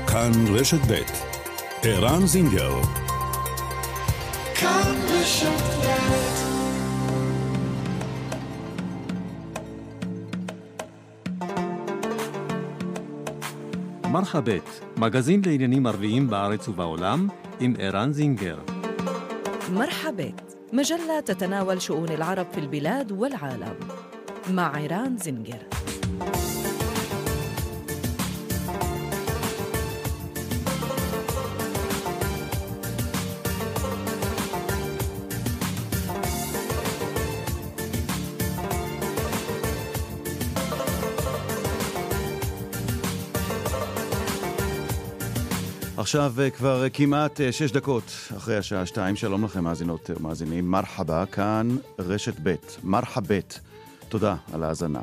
כאן רשת ב' ערן זינגר. כאן רשת ב'. מרחבת, מגזין לעניינים ערביים בארץ ובעולם עם ערן זינגר. مرحبات، مجلة تتناول شؤون العرب في البلاد والعالم مع عران زنجر. עכשיו כבר כמעט 6 דקות אחרי השעה 2. שלום לכם מאזינות ומאזינים. מרחבה, כאן רשת ב'. מרחבת. תודה על ההאזנה.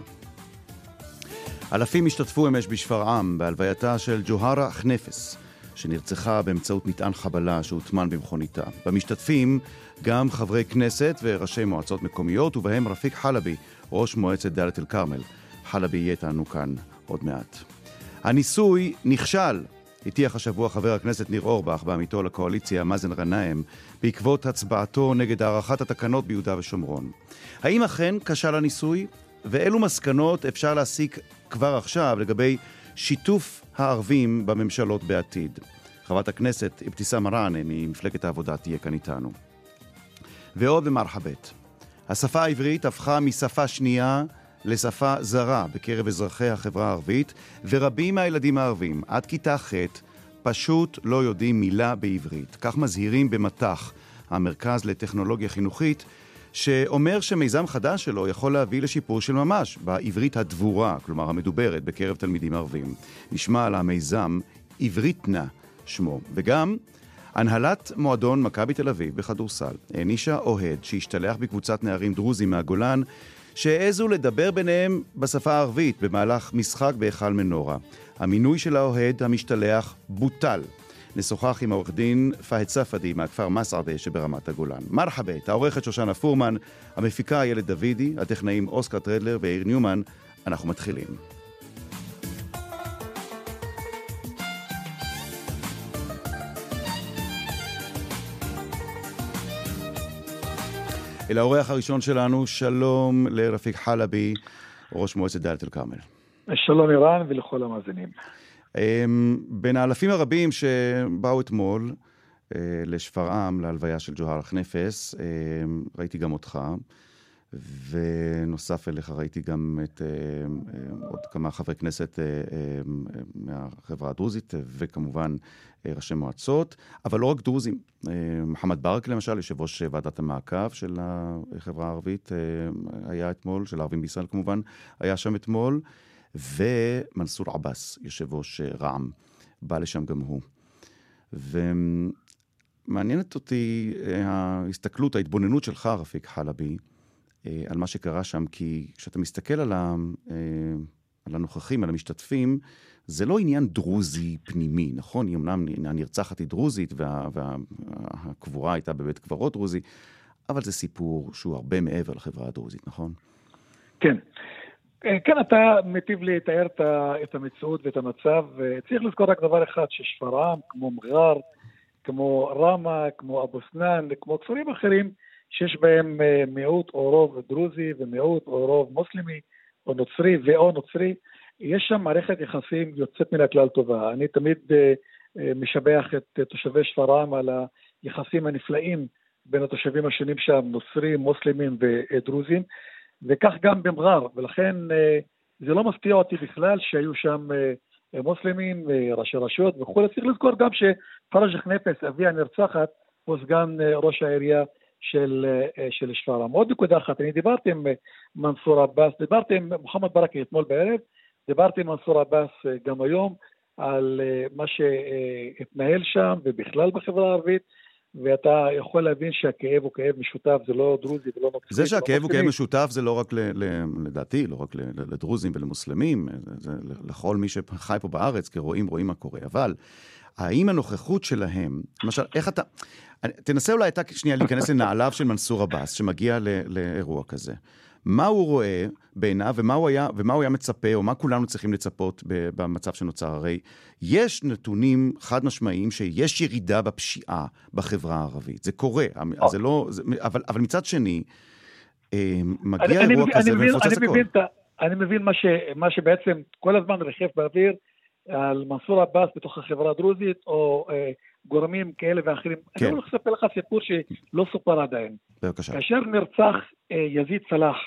אלפים השתתפו אמש בשפרעם בהלווייתה של ג'והרה חנפס, שנרצחה באמצעות מטען חבלה שהוטמן במכוניתה. במשתתפים גם חברי כנסת וראשי מועצות מקומיות, ובהם רפיק חלבי, ראש מועצת דאלית אל-כרמל. חלבי יהיה איתנו כאן עוד מעט. הניסוי נכשל, הטיח השבוע חבר הכנסת ניר אורבך בעמיתו לקואליציה מאזן גנאים בעקבות הצבעתו נגד הארכת התקנות ביהודה ושומרון. האם אכן כשל הניסוי? ואילו מסקנות אפשר להסיק כבר עכשיו לגבי שיתוף הערבים בממשלות בעתיד? חברת הכנסת אבתיסאם מראענה ממפלגת העבודה תהיה כאן איתנו. ועוד במרחבת. השפה העברית הפכה משפה שנייה לשפה זרה בקרב אזרחי החברה הערבית, ורבים מהילדים הערבים עד כיתה ח' פשוט לא יודעים מילה בעברית. כך מזהירים במתח, המרכז לטכנולוגיה חינוכית, שאומר שמיזם חדש שלו יכול להביא לשיפור של ממש בעברית הדבורה, כלומר המדוברת בקרב תלמידים ערבים. נשמע על המיזם עבריתנה שמו. וגם הנהלת מועדון מכבי תל אביב בכדורסל הענישה אוהד שהשתלח בקבוצת נערים דרוזים מהגולן, שהעזו לדבר ביניהם בשפה הערבית במהלך משחק בהיכל מנורה. המינוי של האוהד המשתלח בוטל. נשוחח עם העורך דין פהד ספדי מהכפר מסעדה שברמת הגולן. מרחבת, העורכת שושנה פורמן, המפיקה איילת דוידי, הטכנאים אוסקר טרדלר ואיר ניומן. אנחנו מתחילים. אל האורח הראשון שלנו, שלום לרפיק חלבי, ראש מועצת דאלית אל-כרמל. שלום ערן ולכל המאזינים. בין האלפים הרבים שבאו אתמול לשפרעם, להלוויה של ג'והרה חנפס, ראיתי גם אותך, ונוסף אליך ראיתי גם את עוד כמה חברי כנסת מהחברה הדרוזית, וכמובן ראשי מועצות, אבל לא רק דרוזים. מוחמד ברק למשל, יושב ראש ועדת המעקב של החברה הערבית, היה אתמול, של הערבים בישראל כמובן, היה שם אתמול, ומנסור עבאס, יושב ראש רע"מ, בא לשם גם הוא. ומעניינת אותי ההסתכלות, ההתבוננות שלך, רפיק חלבי, על מה שקרה שם, כי כשאתה מסתכל על הנוכחים, על המשתתפים, זה לא עניין דרוזי פנימי, נכון? היא אמנם הנרצחת היא דרוזית, והקבורה הייתה בבית קברות דרוזי, אבל זה סיפור שהוא הרבה מעבר לחברה הדרוזית, נכון? כן. כן, אתה מטיב לתאר את המציאות ואת המצב. צריך לזכור רק דבר אחד, ששפרעם, כמו מג'אר, כמו רמה, כמו אבו סנאן, כמו כפרים אחרים, שיש בהם מיעוט או רוב דרוזי ומיעוט או רוב מוסלמי או נוצרי ואו נוצרי, יש שם מערכת יחסים יוצאת מן הכלל טובה. אני תמיד משבח את תושבי שפרעם על היחסים הנפלאים בין התושבים השונים שם, נוצרים, מוסלמים ודרוזים, וכך גם במג'אר, ולכן זה לא מפתיע אותי בכלל שהיו שם מוסלמים, ראשי רשויות וכו'. צריך לזכור גם שפרג' חנפס, אבי הנרצחת, הוא סגן ראש העירייה של שפרעם. עוד נקודה אחת, אני דיברתי עם מנסור עבאס, דיברתי עם מוחמד ברכה אתמול בערב, דיברתי עם מנסור עבאס גם היום על מה שהתנהל שם ובכלל בחברה הערבית, ואתה יכול להבין שהכאב הוא כאב משותף, זה לא דרוזי ולא נוצרי. זה שהכאב הוא כאב משותף זה לא רק לדעתי, לא רק לדרוזים ולמוסלמים, זה לכל מי שחי פה בארץ, כי רואים מה קורה. אבל האם הנוכחות שלהם, למשל, איך אתה, תנסה אולי אתה שנייה להיכנס לנעליו של מנסור עבאס, שמגיע לאירוע כזה. מה הוא רואה בעיניו, ומה הוא היה מצפה, או מה כולנו צריכים לצפות במצב שנוצר. הרי יש נתונים חד משמעיים שיש ירידה בפשיעה בחברה הערבית. זה קורה, זה לא, אבל מצד שני, מגיע אירוע כזה ומפוצץ הכל. אני מבין מה שבעצם כל הזמן ריחף באוויר על מנסור עבאס בתוך החברה הדרוזית, או גורמים כאלה ואחרים. כן. אני רוצה לספר לך סיפור שלא סופר עדיין. בבקשה. כאשר נרצח יזיד סלאח,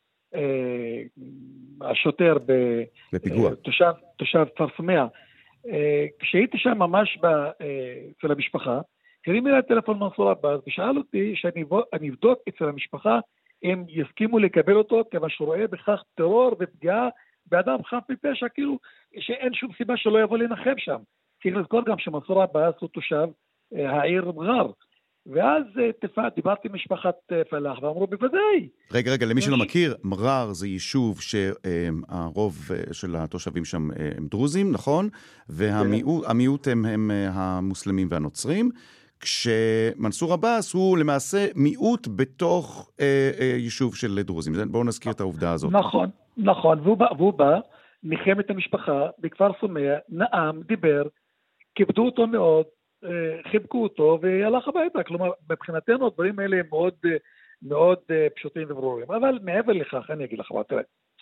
השוטר בפיגוע. תושב כפר סמיע, כשהייתי שם ממש אצל המשפחה, הרים אליי טלפון מנסור עבאס, ושאל אותי שאני אבדוק אצל המשפחה, הם יסכימו לקבל אותו, כיוון שהוא רואה בכך טרור ופגיעה באדם חף מפשע, כאילו שאין שום סיבה שלא יבוא לנחם שם. צריך לזכור גם שמנסור עבאס הוא תושב העיר מג'אר. ואז דיברתי עם משפחת פלאח, ואמרו בוודאי. רגע, למי שלא מכיר, מג'אר זה יישוב שהרוב של התושבים שם הם דרוזים, נכון? והמיעוט הם המוסלמים והנוצרים, כשמנסור עבאס הוא למעשה מיעוט בתוך יישוב של דרוזים. בואו נזכיר את העובדה הזאת. נכון, והוא בא, ניחם את המשפחה בכפר סמיע, נאם, דיבר, כיבדו אותו מאוד, חיבקו אותו והלך הביתה. כלומר, מבחינתנו הדברים האלה הם מאוד, מאוד פשוטים וברורים. אבל מעבר לכך, אני אגיד לך, תראה,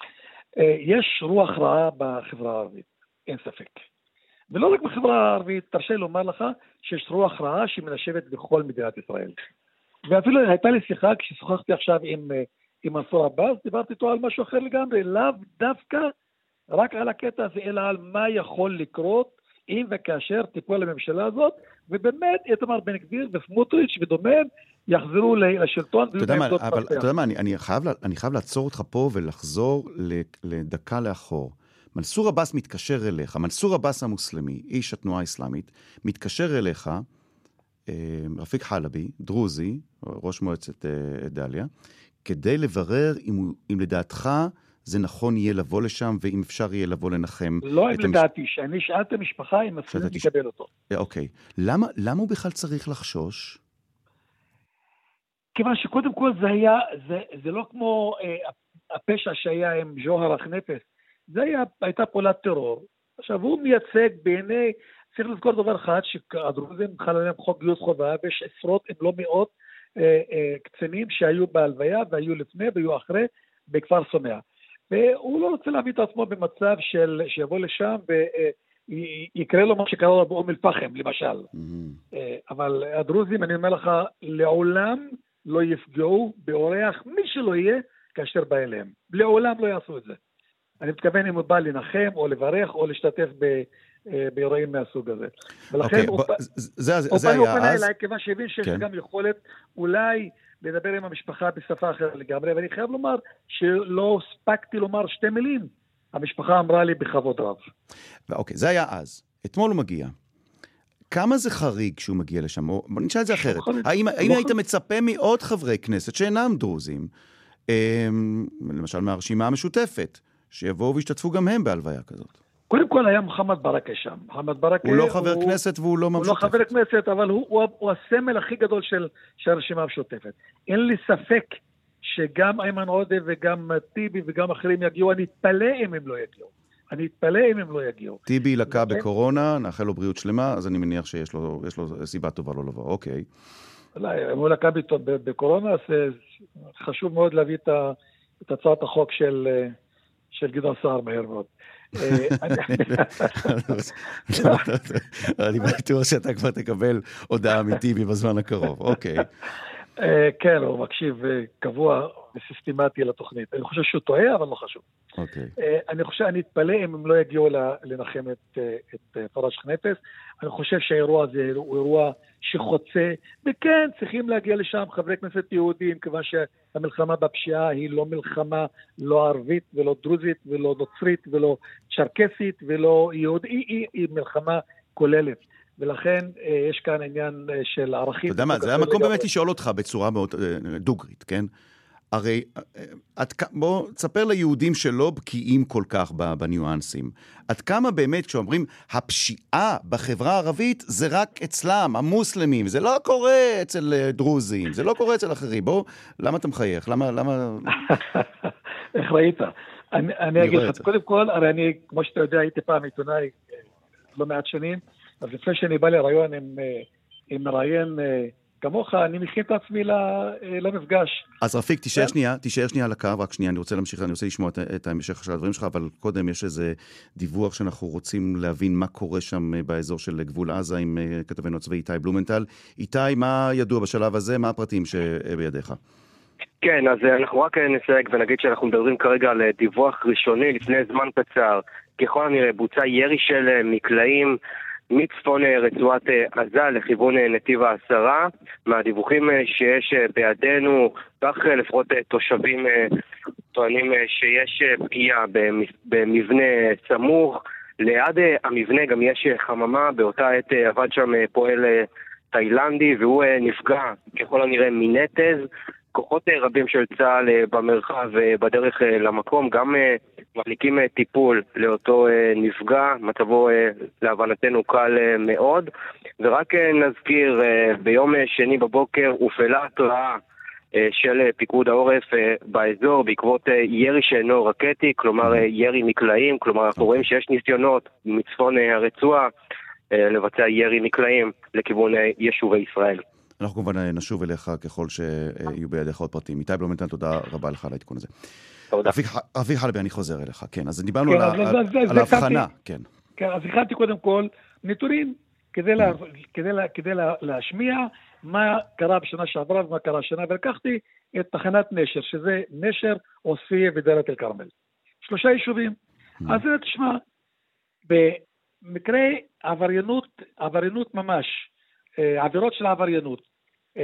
יש רוח רעה בחברה הערבית, אין ספק. ולא רק בחברה הערבית, תרשה לומר לך שיש רוח רעה שמנשבת בכל מדינת ישראל. ואפילו הייתה לי שיחה, כששוחחתי עכשיו עם מנסור עבאס, דיברתי איתו על משהו אחר לגמרי, לאו דווקא רק על הקטע הזה, אלא על מה יכול לקרות אם וכאשר תיפול לממשלה הזאת, ובאמת איתמר בן גביר וסמוטריץ' ודומיהם יחזרו לשלטון. אתה יודע מה, אני חייב לעצור אותך פה ולחזור לדקה לאחור. מנסור עבאס מתקשר אליך, מנסור עבאס המוסלמי, איש התנועה האסלאמית, מתקשר אליך, רפיק חלבי, דרוזי, ראש מועצת דליה, כדי לברר אם לדעתך זה נכון יהיה לבוא לשם, ואם אפשר יהיה לבוא לנחם. לא אם לדעתי, שאני שאלת המשפחה אם אפשר לקבל אותו. אוקיי. למה הוא בכלל צריך לחשוש? כיוון שקודם כל זה לא כמו הפשע שהיה עם ג'והרה חנפס, זה הייתה פעולת טרור. עכשיו הוא מייצג בעיני, צריך לזכור דבר אחד, שהדרוזים חל עליהם חוק גיוס חובה, ויש עשרות אם לא מאות קצינים שהיו בהלוויה, והיו לפני והיו אחרי בכפר סמיע. והוא לא רוצה להביא את עצמו במצב שיבוא לשם ויקרה לו מה שקרה לו באום אל-פחם, למשל. אבל הדרוזים, אני אומר לך, לעולם לא יפגעו באורח מי שלא יהיה כאשר בא אליהם. לעולם לא יעשו את זה. אני מתכוון אם הוא בא לנחם או לברך או להשתתף באירועים מהסוג הזה. ולכן הוא פנה אליי כיוון שהבין שיש גם יכולת אולי לדבר עם המשפחה בשפה אחרת לגמרי, ואני חייב לומר שלא הספקתי לומר שתי מילים. המשפחה אמרה לי בכבוד רב. אוקיי, זה היה אז. אתמול הוא מגיע. כמה זה חריג שהוא מגיע לשם? בוא נשאל את זה אחרת. האם היית מצפה מעוד חברי כנסת שאינם דרוזים, למשל מהרשימה המשותפת, שיבואו והשתתפו גם הם בהלוויה כזאת? קודם כל היה מוחמד ברכה שם. מוחמד ברכה הוא לא חבר כנסת והוא לא משותף. הוא לא חבר כנסת, אבל הוא הסמל הכי גדול של הרשימה המשותפת. אין לי ספק שגם איימן עודה וגם טיבי וגם אחרים יגיעו. אני אתפלא אם הם לא יגיעו. טיבי לקה בקורונה, נאחל לו בריאות שלמה, אז אני מניח שיש לו סיבה טובה לא לבוא. אוקיי. אם הוא לקה בקורונה, אז חשוב מאוד להביא את הצעת החוק של גדעון סער מהר מאוד. אני בטוח שאתה כבר תקבל הודעה אמיתית בזמן הקרוב. אוקיי. כן, הוא מקשיב קבוע וסיסטמטי לתוכנית. אני חושב שהוא טועה, אבל לא חשוב. אני אתפלא אם הם לא יגיעו לנחם את פרש חנפס. אני חושב שהאירוע הזה הוא אירוע שחוצה, וכן, צריכים להגיע לשם חברי כנסת יהודים, כיוון שהמלחמה בפשיעה היא לא מלחמה לא ערבית ולא דרוזית ולא נוצרית ולא צ'רקסית ולא יהודית, היא מלחמה כוללת. ולכן יש כאן עניין של ערכים. אתה יודע מה, זה היה מקום באמת לשאול אותך בצורה מאוד דוגרית, כן? הרי, בוא תספר ליהודים שלא בקיאים כל כך בניואנסים. עד כמה באמת כשאומרים הפשיעה בחברה הערבית זה רק אצלם, המוסלמים, זה לא קורה אצל דרוזים, זה לא קורה אצל אחרים. בוא, למה אתה מחייך? למה... איך ראית? אני אגיד לך, קודם כל, הרי אני, כמו שאתה יודע, הייתי פעם עיתונאי לא מעט שנים, אז לפני שאני בא לרעיון עם מראיין כמוך, אני מכין את עצמי למפגש. אז רפיק, תישאר שנייה על הקו, רק שנייה, אני רוצה להמשיך, אני רוצה לשמוע את ההמשך של הדברים שלך, אבל קודם יש איזה דיווח שאנחנו רוצים להבין מה קורה שם באזור של גבול עזה עם כתבנו הצבאי איתי בלומנטל. איתי, מה ידוע בשלב הזה? מה הפרטים שבידיך? כן, אז אנחנו רק נסייג ונגיד שאנחנו מדברים כרגע על דיווח ראשוני לפני זמן קצר. ככל הנראה בוצע ירי של מקלעים מצפון רצועת עזה לכיוון נתיב העשרה. מהדיווחים שיש בידינו, כך לפחות תושבים טוענים שיש פגיעה במבנה סמוך. ליד המבנה גם יש חממה, באותה עת עבד שם פועל תאילנדי והוא נפגע ככל הנראה מנתז. כוחות רבים של צה"ל במרחב בדרך למקום גם מעניקים טיפול לאותו נפגע, מצבו להבנתנו קל מאוד. ורק נזכיר, ביום שני בבוקר הופעלה התראה של פיקוד העורף באזור בעקבות ירי שאינו רקטי, כלומר ירי מקלעים, כלומר אנחנו רואים שיש ניסיונות מצפון הרצועה לבצע ירי מקלעים לכיוון יישובי ישראל. אנחנו כמובן נשוב אליך ככל שיהיו בידיך עוד פרטים. איתי בלומנטל, תודה רבה לך על העדכון הזה. תודה. רפיק חלבי, אני חוזר אליך. כן, אז דיברנו על ההבחנה. כן, אז הכנתי קודם כל נתונים כדי להשמיע מה קרה בשנה שעברה ומה קרה השנה, ולקחתי את תחנת נשר, שזה נשר, עוספיה ודאלית אל כרמל. 3 יישובים. אז תשמע, במקרה עבריינות ממש, עבירות של עבריינות,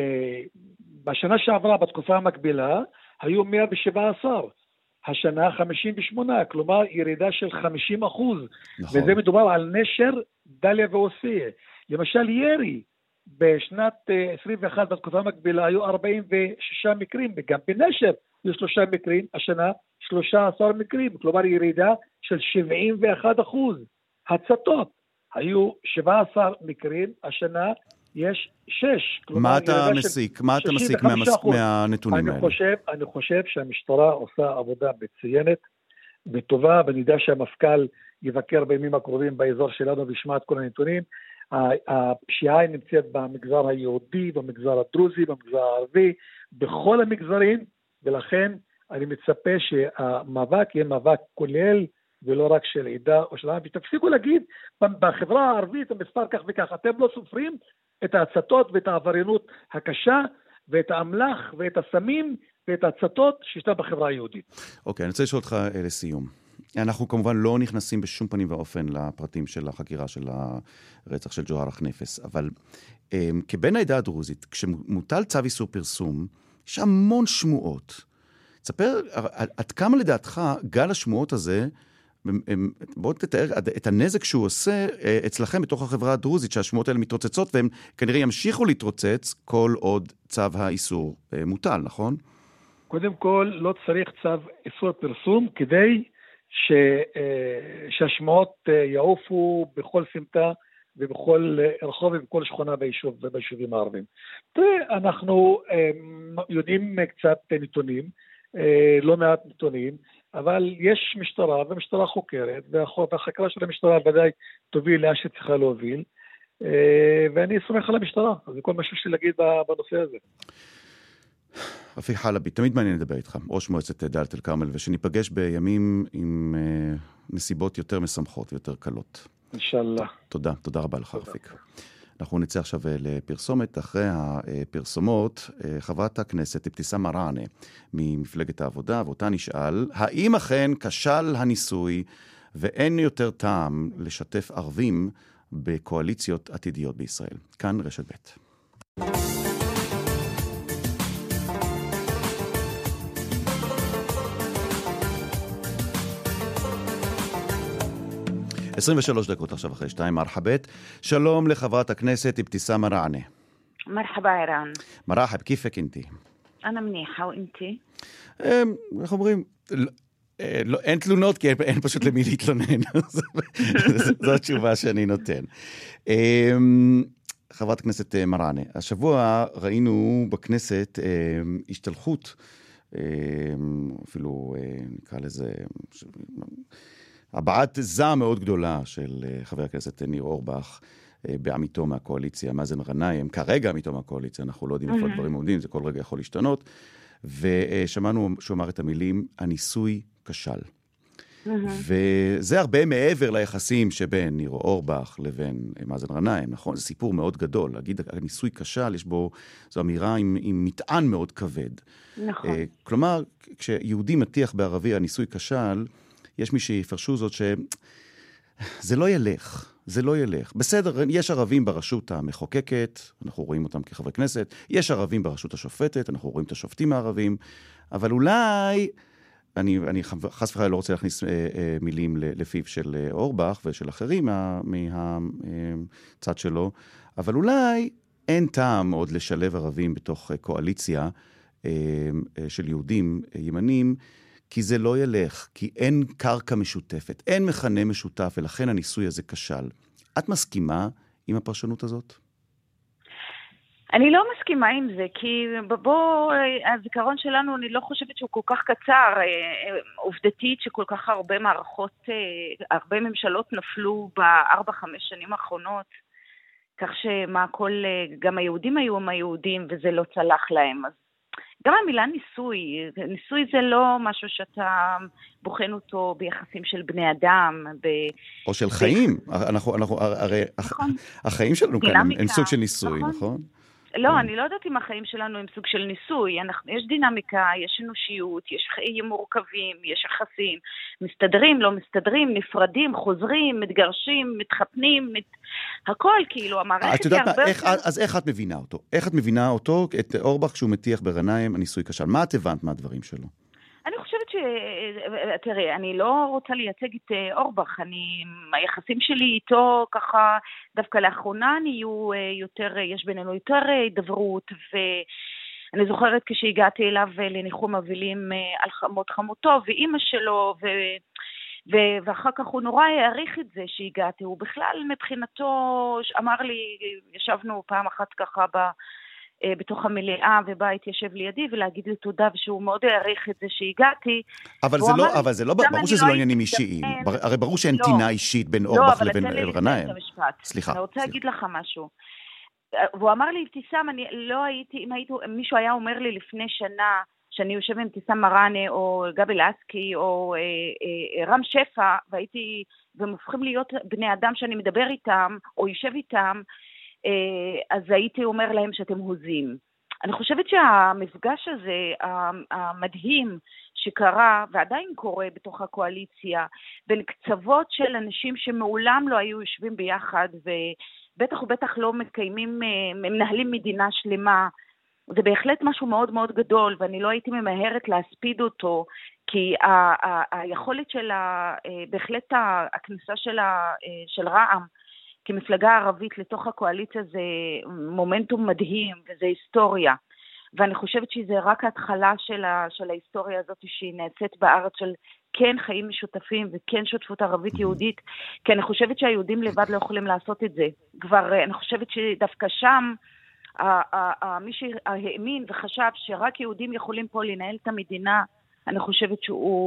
בשנה שעברה, בתקופה המקבילה, היו 117, השנה 58, כלומר ירידה של 50%. נכון. וזה מדובר על נשר, דליה ועוספיה. למשל ירי, בשנת 21 בתקופה המקבילה היו 46 מקרים, וגם בנשר היו 3 מקרים, השנה 13 מקרים, כלומר ירידה של 71%. הצתות, היו 17 מקרים, השנה יש 6. מה אתה מסיק? מה אתה מסיק מהנתונים האלה? אני חושב שהמשטרה עושה עבודה מצוינת וטובה, ואני יודע שהמפכ"ל יבקר בימים הקרובים באזור שלנו וישמע את כל הנתונים. הפשיעה נמצאת במגזר היהודי, במגזר הדרוזי, במגזר הערבי, בכל המגזרים, ולכן אני מצפה שהמאבק יהיה מאבק כולל, ולא רק של עדה או של העם. ותפסיקו להגיד, בחברה הערבית המספר כך וכך, אתם לא סופרים את ההצתות ואת העבריינות הקשה, ואת האמל"ח ואת הסמים ואת ההצתות שישנה בחברה היהודית. אוקיי, אני רוצה לשאול אותך לסיום. אנחנו כמובן לא נכנסים בשום פנים ואופן לפרטים של החקירה של הרצח של ג'והרה חניפס, אבל כבן העדה הדרוזית, כשמוטל צו איסור פרסום, יש המון שמועות. תספר, עד כמה לדעתך גל השמועות הזה, בואו תתאר את הנזק שהוא עושה אצלכם בתוך החברה הדרוזית, שהשמועות האלה מתרוצצות, והם כנראה ימשיכו להתרוצץ כל עוד צו האיסור מוטל, נכון? קודם כל, לא צריך צו איסור פרסום כדי שהשמועות יעופו בכל סמטה ובכל רחוב ובכל שכונה ביישובים הערבים. אנחנו יודעים קצת נתונים, לא מעט נתונים, אבל יש משטרה, והמשטרה חוקרת, והחקרה של המשטרה ודאי תוביל לאן שצריכה להוביל, ואני סומך על המשטרה, אז זה כל מה שיש לי להגיד בנושא הזה. רפיק חלבי, תמיד מעניין לדבר איתך, ראש מועצת דאלית אל כרמל, ושניפגש בימים עם נסיבות יותר משמחות ויותר קלות. אינשאללה. תודה רבה לך רפיק. אנחנו נצא עכשיו לפרסומת. אחרי הפרסומות, חברת הכנסת אבתיסאם מראענה ממפלגת העבודה, ואותה נשאל, האם אכן כשל הניסוי ואין יותר טעם לשתף ערבים בקואליציות עתידיות בישראל? כאן רשת ב'. 23 דקות עכשיו אחרי 2, מרחבת. שלום לחברת הכנסת אבתיסאם מראענה. مرحبا عيران. مرحب، كيفك انت؟ أنا منيحة وإنتي؟ איך אומרים? אין תלונות, כי אין פשוט למי להתלונן. זו התשובה שאני נותן. חברת הכנסת מראענה, השבוע ראינו בכנסת השתלחות, אפילו נקרא לזה, הבעת זעם מאוד גדולה של חבר הכנסת ניר אורבך, בעמיתו מהקואליציה, מאזן גנאים, כרגע עמיתו מהקואליציה, אנחנו לא יודעים איפה הדברים עומדים, זה כל רגע יכול להשתנות, ושמענו שהוא אמר את המילים, הניסוי כשל. וזה הרבה מעבר ליחסים שבין ניר אורבך לבין מאזן גנאים, נכון? זה סיפור מאוד גדול, להגיד הניסוי כשל, יש בו, זו אמירה עם מטען מאוד כבד. נכון. כלומר, כשיהודי מטיח בערבי הניסוי כשל, יש מי שיפרשו זאת שזה לא ילך. זה לא ילך. בסדר, יש ערבים ברשות המחוקקת, אנחנו רואים אותם כחברי כנסת, יש ערבים ברשות השופטת, אנחנו רואים את השופטים הערבים, אבל אולי, אני חס וחלילה לא רוצה להכניס מילים לפיו של אורבך ושל אחרים מהצד שלו, אבל אולי אין טעם עוד לשלב ערבים בתוך קואליציה של יהודים ימנים, כי זה לא ילך, כי אין קרקע משותפת, אין מכנה משותף, ולכן הניסוי הזה כשל. את מסכימה עם הפרשנות הזאת? אני לא מסכימה עם זה, כי הזיכרון שלנו, אני לא חושבת שהוא כל כך קצר, עובדתית שכל כך הרבה מערכות, הרבה ממשלות נפלו ב4-5 שנים האחרונות, כך שמה הכל, גם היהודים היו עם היהודים, וזה לא צלח להם, אז גם המילה ניסוי זה לא משהו שאתה בוחן אותו ביחסים של בני אדם. או של חיים. הרי החיים שלנו כאן הם סוג של ניסוי, נכון? לא, אני לא יודעת אם החיים שלנו הם סוג של ניסוי. יש דינמיקה, יש אנושיות, יש חיים מורכבים, יש יחסים. מסתדרים, לא מסתדרים, נפרדים, חוזרים, מתגרשים, מתחתנים, הכל כאילו, המערכת היא הרבה... אז איך את מבינה אותו? איך את מבינה אותו, את אורבך, כשהוא מטיח בגנאים הניסוי כשל? מה את הבנת מהדברים שלו? אני חושבת תראה, אני לא רוצה לייצג את אורבך, היחסים שלי איתו ככה, דווקא לאחרונה יש בינינו יותר דברות, ואני זוכרת כשהגעתי אליו לניחום אבלים על מות חמותו, ואימא שלו, ואחר כך הוא נורא העריך את זה שהגעתי, הוא בכלל מבחינתו אמר לי, ישבנו פעם אחת ככה בתוך המליאה, ובא התיישב לידי ולהגיד לי תודה, ושהוא מאוד העריך את זה שהגעתי. אבל זה לא, ברור שזה לא עניינים אישיים. הרי ברור שאין טינה אישית בין אורבך לבין גנאים. סליחה. אני רוצה להגיד לך משהו. והוא אמר לי, אבתיסאם, אני לא הייתי, אם מישהו היה אומר לי לפני שנה, שאני יושב עם אבתיסאם מראענה, או גבי לסקי, או רם שפע, והם הופכים להיות בני אדם שאני מדבר איתם, או יושב איתם, אז הייתי אומר להם שאתם הוזים. אני חושבת שהמפגש הזה, המדהים שקרה, ועדיין קורה בתוך הקואליציה, בין קצוות של אנשים שמעולם לא היו יושבים ביחד, ובטח ובטח לא מנהלים מדינה שלמה, זה בהחלט משהו מאוד מאוד גדול, ואני לא הייתי ממהרת להספיד אותו, כי היכולת של בהחלט הכניסה של רע"מ, כמפלגה ערבית לתוך הקואליציה זה מומנטום מדהים, וזה היסטוריה. ואני חושבת שזה רק ההתחלה של ההיסטוריה הזאת שהיא נעשית בארץ של כן חיים משותפים וכן שותפות ערבית יהודית, כי אני חושבת שהיהודים לבד לא יכולים לעשות את זה. כבר אני חושבת שדווקא שם, מי שהאמין וחשב שרק יהודים יכולים פה לנהל את המדינה, אני חושבת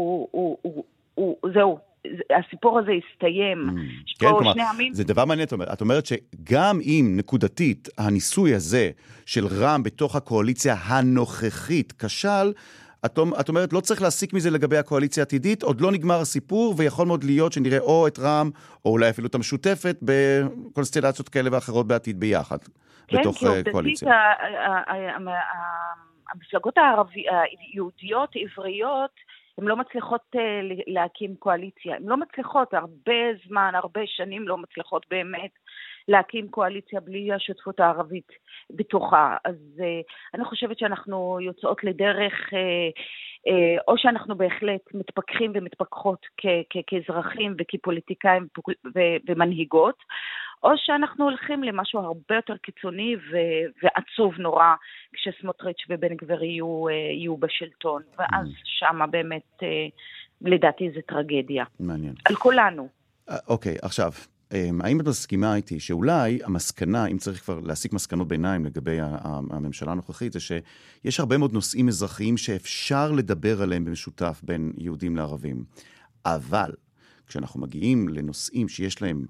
זהו. הסיפור הזה הסתיים. כן, כלומר, זה דבר מעניין. את אומרת שגם אם נקודתית הניסוי הזה של רע"מ בתוך הקואליציה הנוכחית כשל, את אומרת לא צריך להסיק מזה לגבי הקואליציה העתידית, עוד לא נגמר הסיפור, ויכול מאוד להיות שנראה או את רע"מ, או אולי אפילו את המשותפת, בקונסטלציות כאלה ואחרות בעתיד ביחד, בתוך קואליציה. כן, כי המפלגות היהודיות, עבריות, הן לא מצליחות להקים קואליציה, הן לא מצליחות, הרבה שנים לא מצליחות באמת להקים קואליציה בלי השותפות הערבית בתוכה. אז אני חושבת שאנחנו יוצאות לדרך, או שאנחנו בהחלט מתפכחים ומתפכחות כאזרחים וכפוליטיקאים ומנהיגות, או שאנחנו הולכים למשהו הרבה יותר קיצוני ועצוב נורא, כשסמוטריץ' ובן גביר יהיו בשלטון, ואז שמה באמת, לדעתי זה טרגדיה. מעניין. על כולנו. אוקיי, עכשיו, האם את מסכימה איתי שאולי המסקנה, אם צריך כבר להסיק מסקנות ביניים לגבי הממשלה הנוכחית, זה שיש הרבה מאוד נושאים אזרחיים שאפשר לדבר עליהם במשותף בין יהודים לערבים. אבל כשאנחנו מגיעים לנושאים שיש להם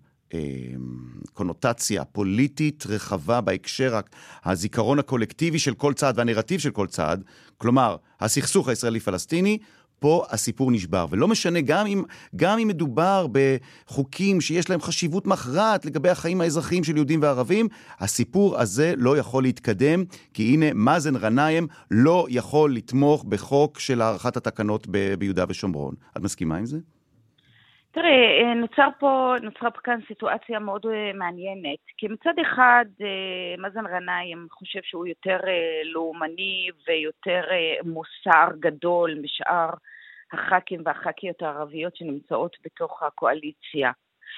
קונוטציה פוליטית רחבה בהקשר הזיכרון הקולקטיבי של כל צעד והנרטיב של כל צעד, כלומר, הסכסוך הישראלי-פלסטיני, פה הסיפור נשבר, ולא משנה, גם אם מדובר בחוקים שיש להם חשיבות מכרעת לגבי החיים האזרחיים של יהודים וערבים, הסיפור הזה לא יכול להתקדם, כי הנה מאזן גנאים לא יכול לתמוך בחוק של הארכת התקנות ביהודה ושומרון. את מסכימה עם זה? תראה, נוצרה פה כאן סיטואציה מאוד מעניינת, כי מצד אחד מאזן גנאים חושב שהוא יותר לאומני ויותר מוסר גדול משאר הח"כים והח"כיות הערביות שנמצאות בתוך הקואליציה.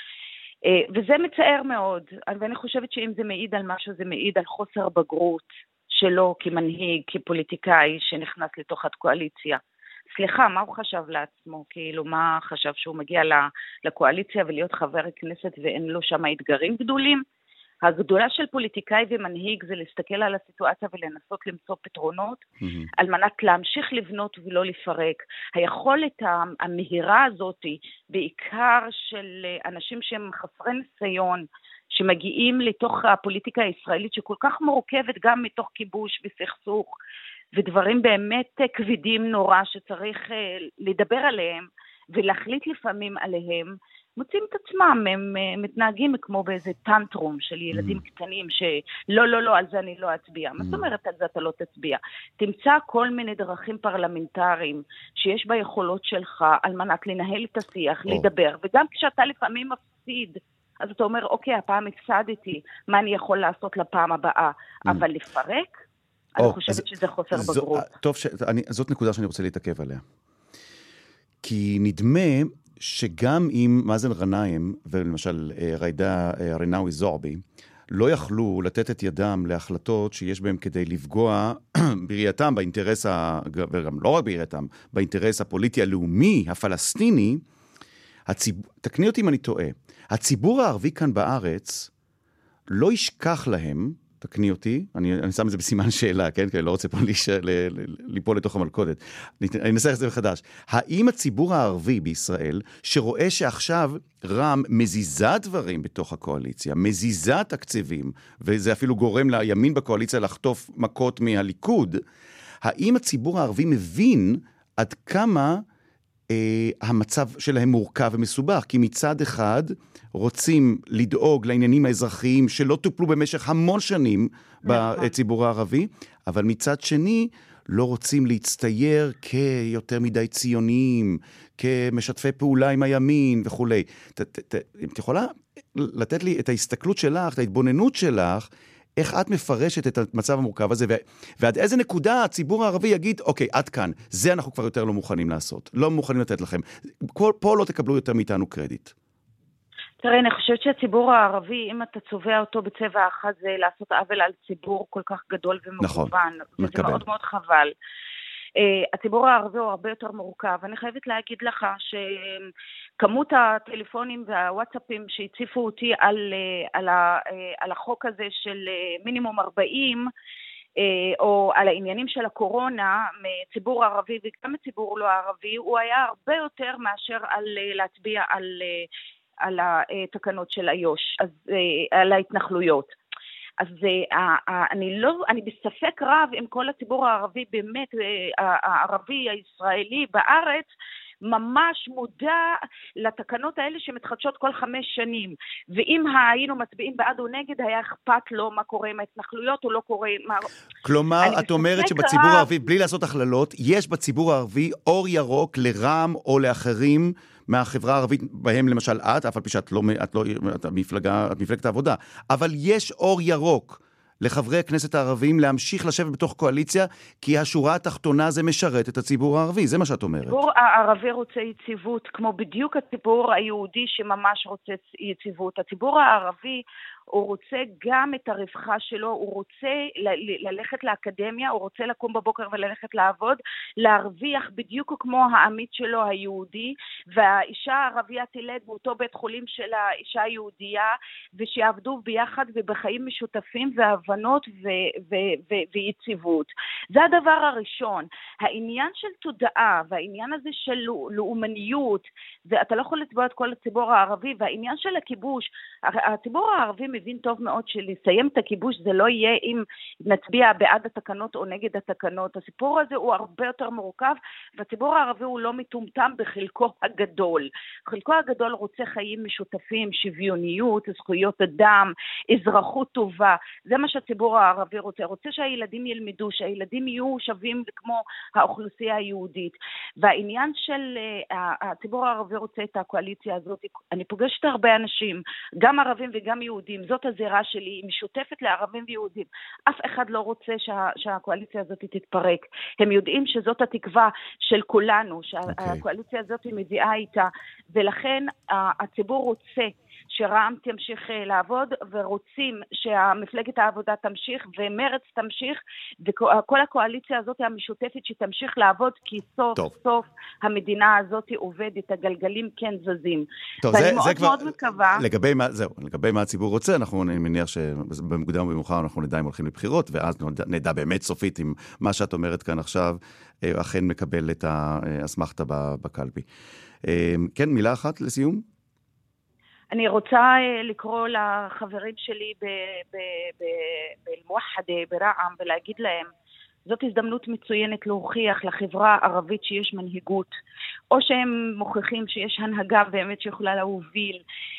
וזה מצער מאוד, ואני חושבת שאם זה מעיד על משהו, זה מעיד על חוסר בגרות שלו כמנהיג, כפוליטיקאי שנכנס לתוך הקואליציה. סליחה, מה הוא חשב לעצמו? כאילו, מה חשב שהוא מגיע לקואליציה ולהיות חבר כנסת ואין לו שם אתגרים גדולים? הגדולה של פוליטיקאי ומנהיג זה להסתכל על הסיטואציה ולנסות למצוא פתרונות, על מנת להמשיך לבנות ולא לפרק. היכולת המהירה הזאת, בעיקר של אנשים שהם חסרי ניסיון, שמגיעים לתוך הפוליטיקה הישראלית שכל כך מורכבת גם מתוך כיבוש וסכסוך, ודברים באמת כבדים נורא שצריך לדבר עליהם ולהחליט לפעמים עליהם, מוצאים את עצמם, הם מתנהגים כמו באיזה טנטרום של ילדים קטנים שלא, על זה אני לא אצביע. מה זאת אומרת על זה אתה לא תצביע? תמצא כל מיני דרכים פרלמנטריים שיש ביכולות שלך על מנת לנהל את השיח, לדבר, וגם כשאתה לפעמים מפסיד, אז אתה אומר, אוקיי, הפעם הפסדתי, מה אני יכול לעשות לפעם הבאה? אבל לפרק? אני חושבת שזה חוסר בגרות. טוב, זאת נקודה שאני רוצה להתעכב עליה. כי נדמה שגם אם מאזן גנאים, ולמשל ריידה רינאוי זועבי, לא יכלו לתת את ידם להחלטות שיש בהם כדי לפגוע בראייתם, באינטרס, וגם לא רק בראייתם, באינטרס הפוליטי הלאומי, הפלסטיני, תקני אותי אם אני טועה, הציבור הערבי כאן בארץ לא ישכח להם, תקני אותי, אני שם את זה בסימן שאלה, כן? כי אני לא רוצה פה ליפול לתוך המלכודת. אני אנסח את זה מחדש. האם הציבור הערבי בישראל, שרואה שעכשיו רם מזיזה דברים בתוך הקואליציה, מזיזה תקציבים, וזה אפילו גורם לימין בקואליציה לחטוף מכות מהליכוד, האם הציבור הערבי מבין עד כמה המצב שלהם מורכב ומסובך? כי מצד אחד רוצים לדאוג לעניינים האזרחיים שלא טופלו במשך המון שנים בציבור הערבי, אבל מצד שני לא רוצים להצטייר כיותר מדי ציונים, כמשתפי פעולה עם הימין וכו'. אם את יכולה לתת לי את ההסתכלות שלך, את ההתבוננות שלך, איך את מפרשת את המצב המורכב הזה, ועד איזה נקודה הציבור הערבי יגיד, אוקיי, עד כאן, זה אנחנו כבר יותר לא מוכנים לעשות, לא מוכנים לתת לכם. פה לא תקבלו יותר מאיתנו קרדיט. תראה, אני חושבת שהציבור הערבי, אם אתה צובע אותו בצבע אחד, זה לעשות עוול על ציבור כל כך גדול ומגוון. נכון, וזה מאוד מאוד חבל. הציבור הערבי הוא הרבה יותר מורכב. אני חייבת להגיד לך שכמות הטלפונים והוואטסאפים שהציפו אותי על החוק הזה של מינימום 40, או על העניינים של הקורונה, מציבור ערבי וגם מציבור לא ערבי, הוא היה הרבה יותר מאשר על להצביע על התקנות של איו"ש, על ההתנחלויות. אז אני בספק רב עם כל הציבור הערבי, באמת הערבי הישראלי בארץ, ממש מודע לתקנות האלה שמתחדשות כל 5 שנים, ואם היינו מצביעים בעד או נגד, היה אכפת לו מה קורה עם ההתנחלויות או לא קורה מה... כלומר, את אומרת שבציבור הערבי, בלי לעשות הכללות, יש בציבור הערבי אור ירוק לרם או לאחרים מהחברה הערבית, בהם למשל את, אף על פי שאת לא מפלגת העבודה, אבל יש אור ירוק לחברי הכנסת הערבים להמשיך לשבת בתוך קואליציה, כי השורה התחתונה זה משרת את הציבור הערבי, זה מה שאת אומרת. הציבור הערבי רוצה יציבות, כמו בדיוק הציבור היהודי שממש רוצה יציבות. הציבור הערבי הוא רוצה גם את הרווחה שלו, הוא רוצה ללכת לאקדמיה, הוא רוצה לקום בבוקר וללכת לעבוד, להרוויח בדיוק כמו העמית שלו היהודי, והאישה הערבייה תלד באותו בית חולים של האישה היהודייה, ושיעבדו ביחד ובחיים משותפים והבנות ויציבות. זה הדבר הראשון. העניין של תודעה והעניין הזה של לאומניות, ואתה לא יכול לצבוע את כל הציבור הערבי, והעניין של הכיבוש, הציבור הערבי מבין טוב מאוד שלסיים את הכיבוש זה לא יהיה אם נצביע בעד התקנות או נגד התקנות. הסיפור הזה הוא הרבה יותר מורכב, והציבור הערבי הוא לא מטומטם בחלקו הגדול. חלקו הגדול רוצה חיים משותפים, שוויוניות, זכויות אדם, אזרחות טובה. זה מה שהציבור הערבי רוצה. רוצה שהילדים ילמדו, שהילדים יהיו שווים כמו האוכלוסייה היהודית. והעניין של הציבור הערבי רוצה את הקואליציה הזאת. אני פוגשת הרבה אנשים, גם ערבים וגם יהודים. זאת הזירה שלי, היא משותפת לערבים ויהודים. אף אחד לא רוצה שהקואליציה הזאת תתפרק. הם יודעים שזאת התקווה של כולנו, שהקואליציה הזאת מביאה איתה, ולכן הציבור רוצה שרע"מ תמשיך לעבוד, ורוצים שהמפלגת העבודה תמשיך, ומרץ תמשיך, וכל הקואליציה הזאת המשותפת שתמשיך לעבוד, כי סוף סוף המדינה הזאת עובדת, הגלגלים כן זזים. ואני מאוד מאוד מקווה... לגבי מה הציבור רוצה, אני מניח שבמוקדם ובמאוחר אנחנו נדע אם הולכים לבחירות, ואז נדע באמת סופית אם מה שאת אומרת כאן עכשיו אכן מקבל את האסמכתה בקלפי. כן, מילה אחת לסיום? אני רוצה לקרוא לחברים שלי באל-מוחדה, ברע"מ, ולהגיד להם, זאת הזדמנות מצוינת להוכיח לחברה הערבית שיש מנהיגות, או שהם מוכיחים שיש הנהגה באמת שיכולה להוביל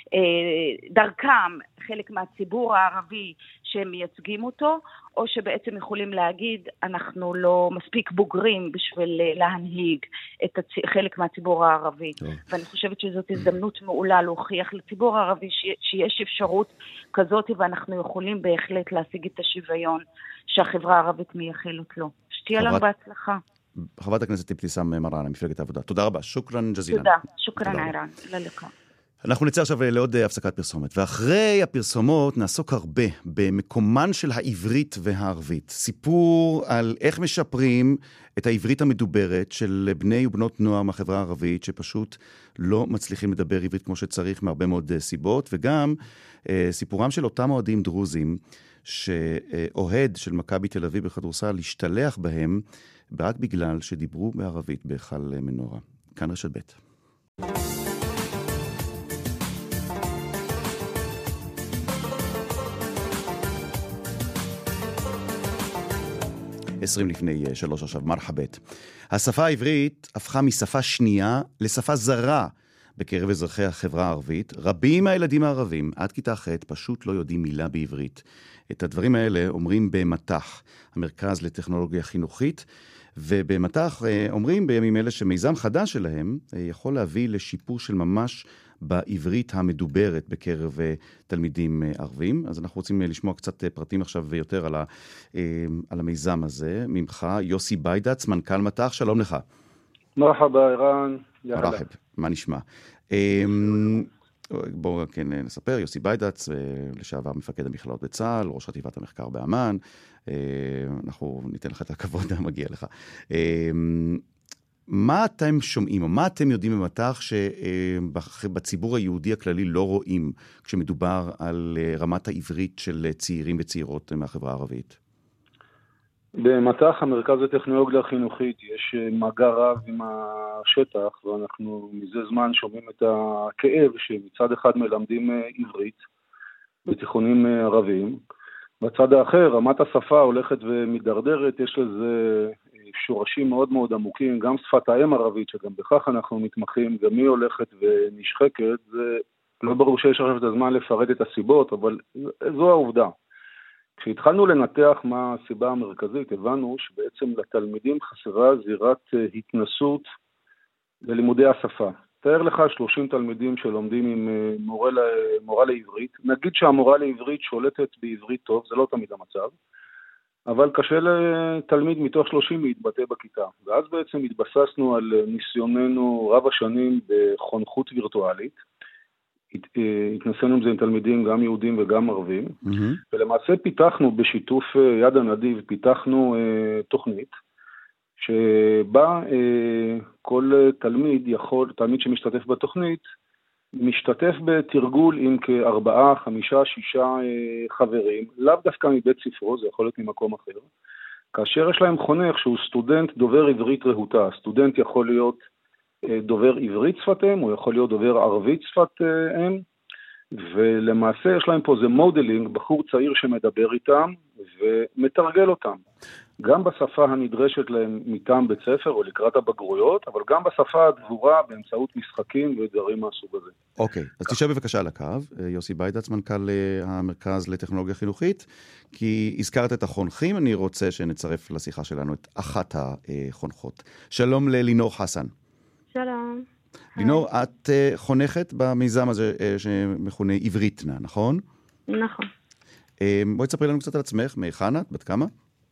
דרכם חלק מהציבור הערבי שהם מייצגים אותו, או שבעצם יכולים להגיד אנחנו לא מספיק בוגרים בשביל להנהיג את חלק מהציבור הערבי. ואני חושבת שזאת הזדמנות מעולה להוכיח לציבור הערבי שיש אפשרות כזאת, ואנחנו יכולים בהחלט להשיג את השוויון שהחברה הערבית מייחלת לו. שתהיה לנו בהצלחה. חברת הכנסת אבתיסאם מראענה, מפלגת העבודה. תודה רבה. שוקרן ג'זילן. תודה. שוקרן עירן. ללכה. אנחנו נצא עכשיו לעוד הפסקת פרסומת, ואחרי הפרסומות נעסוק הרבה במקומן של העברית והערבית. סיפור על איך משפרים את העברית המדוברת של בני ובנות נוער מהחברה הערבית, שפשוט לא מצליחים לדבר עברית כמו שצריך מהרבה מאוד סיבות, וגם סיפורם של אותם אוהדים דרוזים, שאוהד של מכבי תל אביב בכדורסל השתלח בהם, רק בגלל שדיברו בערבית בהיכל מנורה. כאן רשת ב'. 20 לפני 3 עכשיו, מרחבת. השפה העברית הפכה משפה שנייה לשפה זרה בקרב אזרחי החברה הערבית. רבים מהילדים הערבים עד כיתה ח' פשוט לא יודעים מילה בעברית. את הדברים האלה אומרים במתח, המרכז לטכנולוגיה חינוכית, ובמתח אומרים בימים אלה שמיזם חדש שלהם יכול להביא לשיפור של ממש בעברית המדוברת בקרב תלמידים ערבים. אז אנחנו רוצים לשמוע קצת פרטים עכשיו ויותר על המיזם הזה. ממך, יוסי ביידץ, מנכ"ל מתח, שלום לך. מרחבה, ערן. מרחב, מה נשמע? בואו כן נספר, יוסי ביידץ, לשעבר מפקד המכללות בצה"ל, ראש חטיבת המחקר באמן, אנחנו ניתן לך את הכבוד המגיע לך. מה אתם שומעים, או מה אתם יודעים במתח שבציבור היהודי הכללי לא רואים כשמדובר על רמת העברית של צעירים וצעירות מהחברה הערבית? במתח, המרכז לטכנולוגיה חינוכית, יש מגע רב עם השטח, ואנחנו מזה זמן שומעים את הכאב שמצד אחד מלמדים עברית בתיכונים ערביים. בצד האחר, רמת השפה הולכת ומתדרדרת, יש לזה שורשים מאוד מאוד עמוקים, גם שפת האם ערבית, שגם בכך אנחנו מתמחים, גם היא הולכת ונשחקת. זה לא ברור שיש עכשיו את הזמן לפרט את הסיבות, אבל זו העובדה. כשהתחלנו לנתח מה הסיבה המרכזית, הבנו שבעצם לתלמידים חסרה זירת התנסות ללימודי השפה. תאר לך 30 תלמידים שלומדים עם מורה לעברית. נגיד שהמורה לעברית שולטת בעברית טוב, זה לא תמיד המצב, אבל קשה לתלמיד מתוך 30 להתבטא בכיתה. ואז בעצם התבססנו על ניסיוננו רב השנים בחונכות וירטואלית. התנסינו עם תלמידים גם יהודים וגם ערבים, ולמעשה פיתחנו בשיתוף יד הנדיב, פיתחנו תוכנית, שבה כל תלמיד שמשתתף בתוכנית, משתתף בתרגול עם כ4, 5, 6 חברים, לאו דווקא מבית ספרו, זה יכול להיות ממקום אחר, כאשר יש להם חונך שהוא סטודנט דובר עברית רהוטה. סטודנט יכול להיות דובר עברית שפת אם, הוא יכול להיות דובר ערבית שפת אם, ולמעשה יש להם פה זה מודלינג, בחור צעיר שמדבר איתם ומתרגל אותם. גם בשפה הנדרשת להם מטעם בית ספר או לקראת הבגרויות, אבל גם בשפה הדבורה באמצעות משחקים ודברים מהסוג הזה. אוקיי, אז תשאר בבקשה על הקו, יוסי ביידץ, מנכ"ל המרכז לטכנולוגיה חינוכית, כי הזכרת את החונכים, אני רוצה שנצרף לשיחה שלנו את אחת החונכות. שלום ללינור חסן. שלום. לינור, את חונכת במיזם הזה שמכונה עבריתנה, נכון? נכון. בואי תספרי לנו קצת על עצמך, מהיכן את, בת כמה?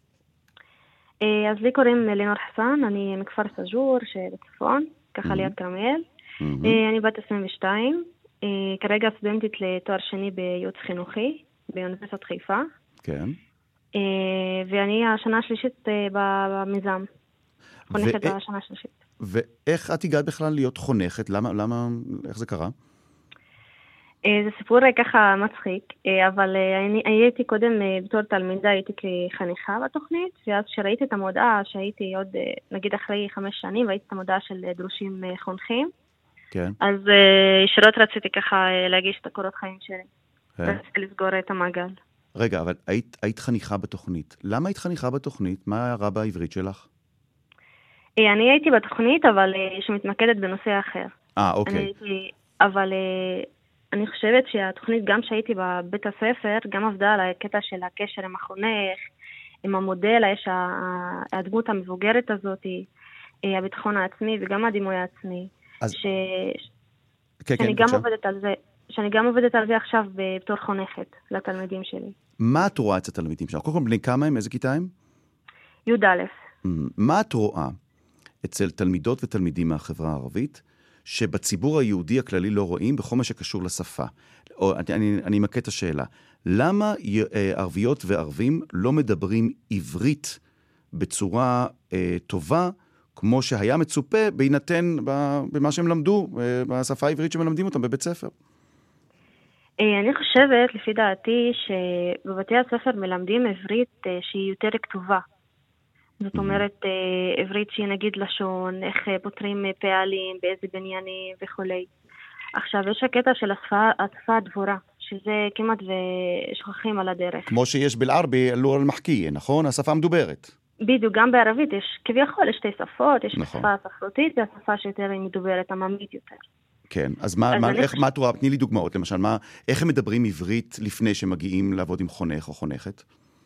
אז לי קוראים לינור חסן, אני מכפר סג'ור שבצפון, ככה ליד כרמיאל. אני בת 22, כרגע סטודנטית לתואר שני בייעוץ חינוכי באוניברסיטת חיפה. כן. ואני השנה השלישית במיזם. חונכת בשנה השלישית. ואיך את הגעת בכלל להיות חונכת? למה, איך זה קרה? זה סיפור ככה מצחיק, אבל אני הייתי קודם בתור תלמידה, הייתי כחניכה בתוכנית, ואז שראיתי את המודעה שהייתי עוד, נגיד אחרי 5 שנים, והייתי את המודעה של דרושים חונכים, כן. אז ישירות רציתי ככה להגיש את הקורות חיים שלי, רציתי לסגור את המעגל. רגע, אבל היית חניכה בתוכנית. למה היית חניכה בתוכנית? מה הרע בעברית שלך? אני הייתי בתוכנית, אבל שמתמקדת בנושא אחר. אוקיי. אבל אני חושבת שהתוכנית, גם שהייתי בבית הספר, גם עבדה על הקטע של הקשר עם החונך, עם המודל, יש הדמות המבוגרת הזאת, הביטחון העצמי וגם הדימוי העצמי. שאני גם עובדת על זה עכשיו בתור חונכת לתלמידים שלי. מה את רואה אצל התלמידים שלך? קודם כל, בני כמה הם? איזה כיתה הם? י"א. מה את רואה אצל תלמידות ותלמידים מהחברה הערבית, שבציבור היהודי הכללי לא רואים בכל מה שקשור לשפה? אני אמקד את השאלה. למה ערביות וערבים לא מדברים עברית בצורה טובה, כמו שהיה מצופה בהינתן במה שהם למדו, בשפה העברית שמלמדים אותם בבית ספר? אני חושבת, לפי דעתי, שבבתי הספר מלמדים עברית שהיא יותר כתובה. זאת אומרת, עברית שהיא נגיד לשון, איך פותרים פעלים, באיזה בניינים וכו'. עכשיו, יש הקטע של השפה הדבורה, שזה כמעט ושוכחים על הדרך. כמו שיש בלערבי, אללוה אל-מחכייה, נכון? השפה המדוברת. בדיוק, גם בערבית יש כביכול, יש 2 שפות, יש שפה ספרותית, והשפה שיותר מדוברת, עממית יותר. כן, אז מה את רואה? תני לי דוגמאות, למשל, איך הם מדברים עברית לפני שמגיעים לעבוד עם חונך או חונכת?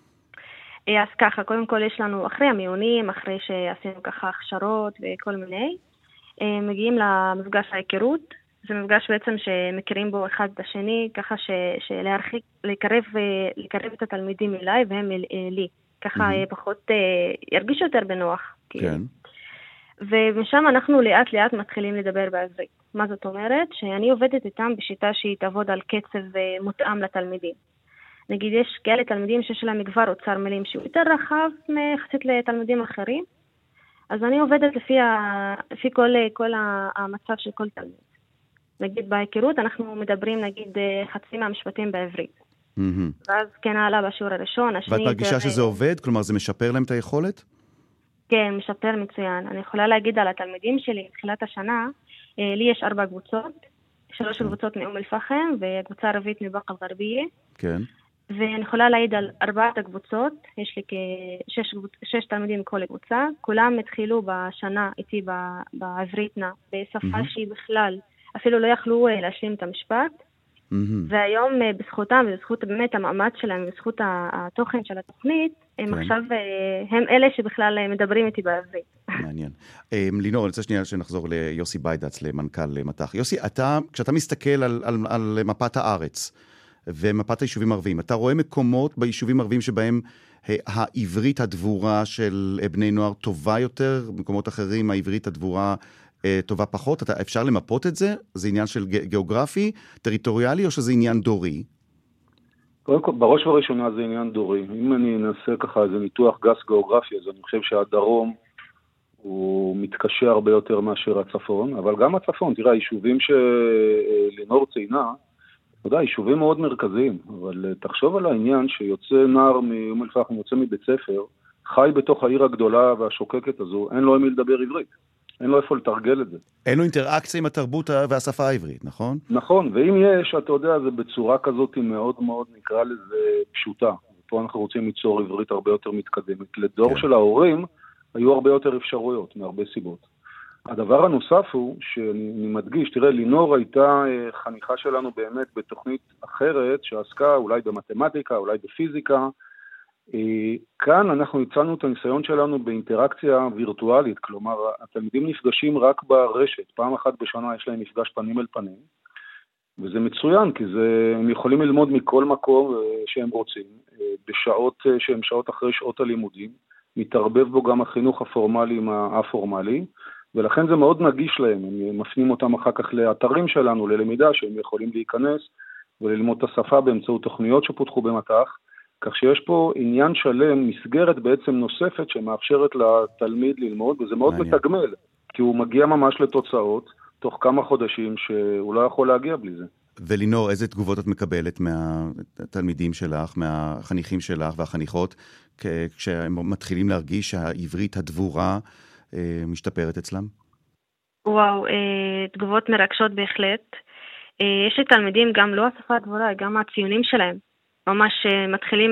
אז ככה, קודם כל יש לנו, אחרי המיונים, אחרי שעשינו ככה הכשרות וכל מיני, מגיעים למפגש ההיכרות. זה מפגש בעצם שמכירים בו אחד את השני, ככה שלהרחיק, לקרב את התלמידים אליי והם לי. ככה פחות ירגיש יותר בנוח. כן. ומשם אנחנו לאט לאט מתחילים לדבר בעברית. מה זאת אומרת? שאני עובדת איתם בשיטה שהיא תעבוד על קצב מותאם לתלמידים. נגיד, יש כאלה תלמידים שיש להם כבר אוצר מילים שהוא יותר רחב מחצית לתלמידים אחרים, אז אני עובדת לפי כל המצב של כל תלמיד. נגיד, בהיכרות אנחנו מדברים, נגיד, חצי מהמשפטים בעברית. ואז כן עלה בשיעור הראשון, השני... ואת מרגישה שזה עובד? כלומר, זה משפר להם את היכולת? כן, משפר מצוין. אני יכולה להגיד על התלמידים שלי, בתחילת השנה, לי יש 4 קבוצות, 3 קבוצות מאום אל-פחם, וקבוצה ערבית מבאקה אל-גרבייה. כן. ואני יכולה להעיד על 4 הקבוצות, יש לי כ6 תלמידים מכל קבוצה, כולם התחילו בשנה איתי בעברית-נה, בשפה שהיא בכלל, אפילו לא יכלו להשלים את המשפט, והיום בזכותם ובזכות באמת המאמץ שלהם ובזכות התוכן של התוכנית, הם עכשיו, הם אלה שבכלל מדברים איתי בעברית. מעניין. לינור, אני רוצה שנייה שנחזור ליוסי ביידץ, למנכ"ל מט"ח. יוסי, כשאתה מסתכל על מפת הארץ ומפת היישובים הערביים, אתה רואה מקומות ביישובים הערביים שבהם העברית הדבורה של בני נוער טובה יותר, במקומות אחרים העברית הדבורה טובה פחות? אפשר למפות את זה? זה עניין של גיאוגרפי, טריטוריאלי, או שזה עניין דורי? קודם כל, בראש ובראשונה זה עניין דורי. אם אני אנסה ככה איזה ניתוח גס גיאוגרפי, אז אני חושב שהדרום הוא מתקשה הרבה יותר מאשר הצפון, אבל גם הצפון, תראה, היישובים שלינור ציינה, אתה יודע, יישובים מאוד מרכזיים, אבל תחשוב על העניין שיוצא נער מאום אל-פחם, יוצא מבית ספר, חי בתוך העיר הגדולה והשוקקת הזו, אין לו עם מי לדבר עברית. אין לו איפה לתרגל את זה. אין לו אינטראקציה עם התרבות והשפה העברית, נכון? נכון, ואם יש, אתה יודע, זה בצורה כזאת מאוד מאוד, נקרא לזה, פשוטה. פה אנחנו רוצים ליצור עברית הרבה יותר מתקדמת. לדור של ההורים היו הרבה יותר אפשרויות, מהרבה סיבות. הדבר הנוסף הוא, שאני מדגיש, תראה, לינור הייתה חניכה שלנו באמת בתוכנית אחרת, שעסקה אולי במתמטיקה, אולי בפיזיקה. כאן אנחנו הצענו את הניסיון שלנו באינטראקציה וירטואלית, כלומר, התלמידים נפגשים רק ברשת, פעם אחת בשנה יש להם מפגש פנים אל פנים, וזה מצוין, כי הם יכולים ללמוד מכל מקום שהם רוצים, בשעות שהן שעות אחרי שעות הלימודים, מתערבב בו גם החינוך הפורמלי עם האפורמלי, ולכן זה מאוד נגיש להם, הם מפנים אותם אחר כך לאתרים שלנו, ללמידה שהם יכולים להיכנס וללמוד את השפה באמצעות תוכניות שפותחו במט"ח, כך שיש פה עניין שלם, מסגרת בעצם נוספת שמאפשרת לתלמיד ללמוד, וזה מאוד מתגמל, כי הוא מגיע ממש לתוצאות תוך כמה חודשים שהוא לא יכול להגיע בלי זה. ולינור, איזה תגובות את מקבלת מהתלמידים שלך, מהחניכים שלך והחניכות, כשהם מתחילים להרגיש שהעברית הדבורה משתפרת אצלם? וואו, תגובות מרגשות בהחלט. יש לי תלמידים גם לא השפה הדבורה, גם הציונים שלהם. ממש מתחילים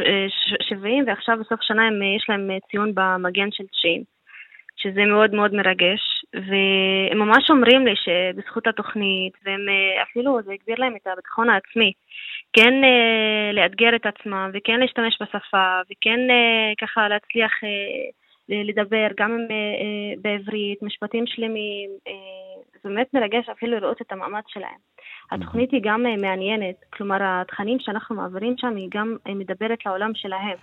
70 ועכשיו בסוף שנה יש להם ציון במגן של 90, שזה מאוד מאוד מרגש, והם ממש אומרים לי שבזכות התוכנית, והם אפילו זה הגביר להם את הביטחון העצמי, כן לאתגר את עצמם, וכן להשתמש בשפה, וכן ככה להצליח לדבר גם בעברית, משפטים שלמים, זה באמת מרגש אפילו לראות את המאמץ שלהם. התוכנית היא גם מעניינת, כלומר התכנים שאנחנו מעבירים שם היא גם מדברת לעולם שלהם.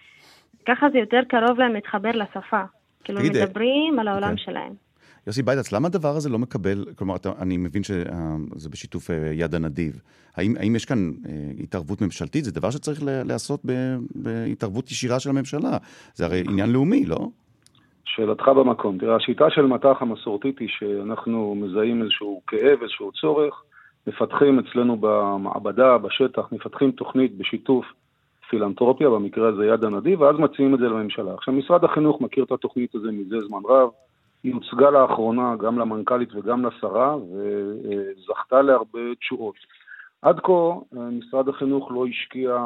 ככה זה יותר קרוב להם להתחבר לשפה, כאילו מדברים על העולם שלהם. יוסי ביידץ, למה הדבר הזה לא מקבל, כלומר אני מבין שזה בשיתוף יד הנדיב, האם יש כאן התערבות ממשלתית? זה דבר שצריך לעשות בהתערבות ישירה של הממשלה, זה הרי עניין לאומי, לא? שאלתך במקום, תראה, השיטה של מט"ח המסורתית היא שאנחנו מזהים איזשהו כאב, איזשהו צורך, מפתחים אצלנו במעבדה, בשטח, מפתחים תוכנית בשיתוף פילנתרופיה, במקרה הזה יד הנדיב, ואז מציעים את זה לממשלה. עכשיו, משרד החינוך מכיר את התוכנית הזה מזה זמן רב, היא הוצגה לאחרונה גם למנכ"לית וגם לשרה, וזכתה להרבה תשואות. עד כה, משרד החינוך לא השקיע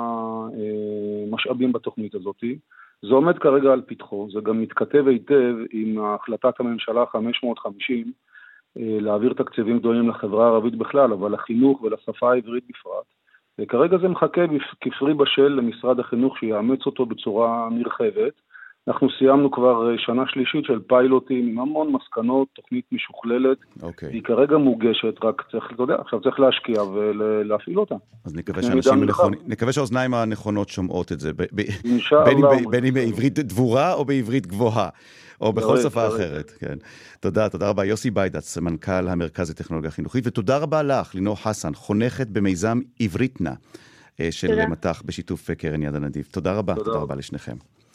משאבים בתוכנית הזאת, זה עומד כרגע על פתחו, זה גם מתכתב היטב עם החלטת הממשלה 550, להעביר תקציבים גדולים לחברה הערבית בכלל, אבל לחינוך ולשפה העברית בפרט. וכרגע זה מחכה כפרי בשל למשרד החינוך שיאמץ אותו בצורה נרחבת. אנחנו סיימנו כבר שנה שלישית של פיילוטים עם המון מסקנות, תוכנית משוכללת. היא כרגע מוגשת, רק צריך, אתה יודע, עכשיו צריך להשקיע ולהפעיל אותה. אז נקווה שהאוזניים הנכונות שומעות את זה, בין אם בעברית דבורה או בעברית גבוהה. או בכל שפה אחרת, כן. תודה רבה. יוסי ביידץ, מנכ"ל המרכז לטכנולוגיה חינוכית, ותודה רבה לך, לינור חסן, חונכת במיזם עבריתנה של מט"ח בשיתוף קרן יד הנדיב. תודה רבה לשניכם.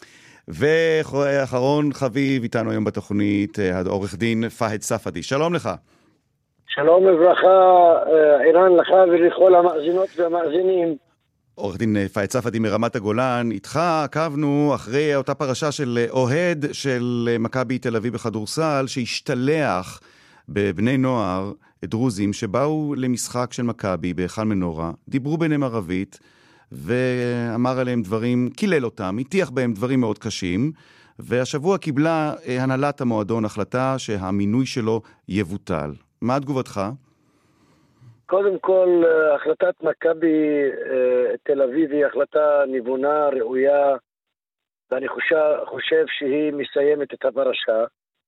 ואחרון חביב איתנו היום בתוכנית, העורך דין פהד ספדי. שלום לך. שלום וברכה, ערן, לך ולכל המאזינות והמאזינים. עורך דין פהד ספדי מרמת הגולן, איתך עקבנו אחרי אותה פרשה של אוהד של מכבי תל אביב בכדורסל, שהשתלח בבני נוער דרוזים שבאו למשחק של מכבי בהיכל מנורה, דיברו ביניהם ערבית, ואמר עליהם דברים, קילל אותם, הטיח בהם דברים מאוד קשים, והשבוע קיבלה הנהלת המועדון החלטה שהמינוי שלו יבוטל. מה תגובתך? קודם כל, החלטת מכבי תל אביב היא החלטה נבונה, ראויה, ואני חושב שהיא מסיימת את הפרשה.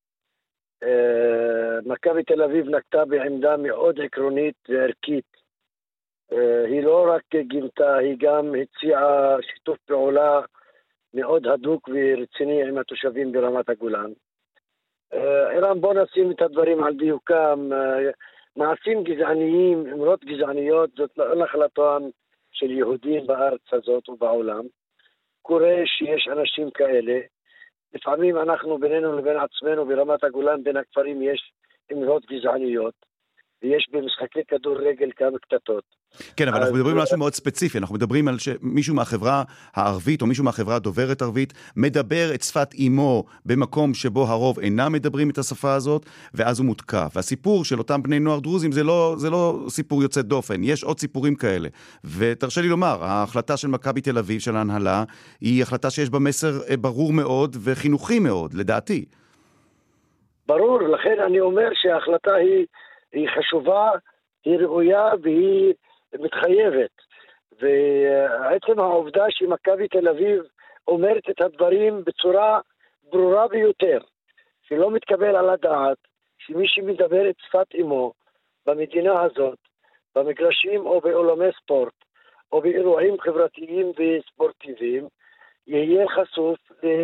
מכבי תל אביב נקטה בעמדה מאוד עקרונית וערכית. היא לא רק גינתה, היא גם הציעה שיתוף פעולה מאוד הדוק ורציני עם התושבים ברמת הגולן. ערן, בוא נשים את הדברים על דיוקם. מעשים גזעניים, אמרות גזעניות, זאת לא נחלתם של יהודים בארץ הזאת ובעולם. קורה שיש אנשים כאלה. לפעמים אנחנו בינינו לבין עצמנו ברמת הגולן, בין הכפרים יש אמרות גזעניות, ויש במשחקי כדורגל כמה קטטות. כן, אבל אנחנו מדברים על משהו מאוד ספציפי, אנחנו מדברים על שמישהו מהחברה הערבית או מישהו מהחברה הדוברת ערבית מדבר את שפת אימו במקום שבו הרוב אינם מדברים את השפה הזאת, ואז הוא מותקף. והסיפור של אותם בני נוער דרוזים זה לא סיפור יוצא דופן, יש עוד סיפורים כאלה. ותרשה לי לומר, ההחלטה של מכבי תל אביב של ההנהלה היא החלטה שיש בה מסר ברור מאוד וחינוכי מאוד, לדעתי. ברור, לכן אני אומר שההחלטה היא חשובה, היא ראויה והיא מתחייבת. ועצם העובדה שמכבי תל אביב אומרת את הדברים בצורה ברורה ביותר, שלא מתקבל על הדעת שמי שמדבר את שפת אמו במדינה הזאת, במגרשים או בעולמי ספורט, או באירועים חברתיים וספורטיביים, יהיה חשוף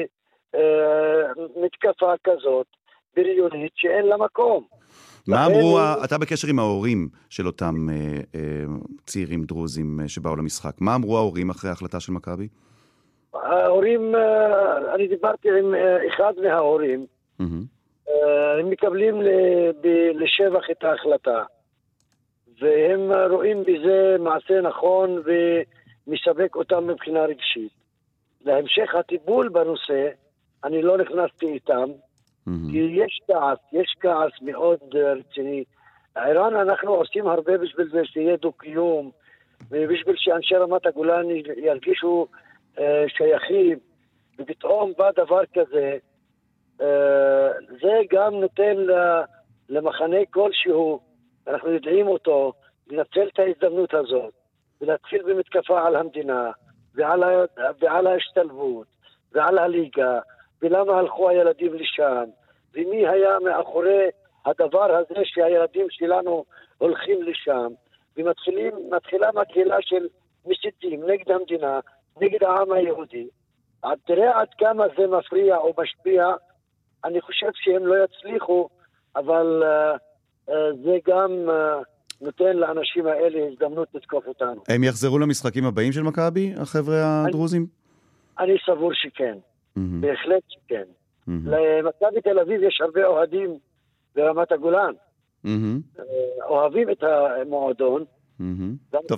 למתקפה כזאת בריונית שאין לה מקום. מה אמרו, אתה בקשר עם ההורים של אותם צעירים דרוזים שבאו למשחק, מה אמרו ההורים אחרי ההחלטה של מכבי? ההורים, אני דיברתי עם אחד מההורים, הם מקבלים לשבח את ההחלטה, והם רואים בזה מעשה נכון ומשבק אותם מבחינה רגשית. להמשך הטיפול בנושא, אני לא נכנסתי איתם, כי יש כעס מאוד רציני. ערן, אנחנו עושים הרבה בשביל זה שיהיה דו-קיום, ובשביל שאנשי רמת הגולן ירגישו שייכים, ופתאום בא דבר כזה, זה גם נותן למחנה כלשהו, אנחנו יודעים אותו, לנצל את ההזדמנות הזאת, ולהתחיל במתקפה על המדינה, ועל ההשתלבות, ועל הליגה, ולמה הלכו הילדים לשם, ומי היה מאחורי הדבר הזה שהילדים שלנו הולכים לשם, ומתחילה מקהלה של מסיתים נגד המדינה, נגד העם היהודי. תראה עד כמה זה מפריע או משפיע, אני חושב שהם לא יצליחו, אבל זה גם נותן לאנשים האלה הזדמנות לתקוף אותנו. הם יחזרו למשחקים הבאים של מכבי, החבר'ה הדרוזים? אני סבור שכן. בהחלט שכן. למכבי תל אביב יש הרבה אוהדים ברמת הגולן. אוהבים את המועדון. טוב,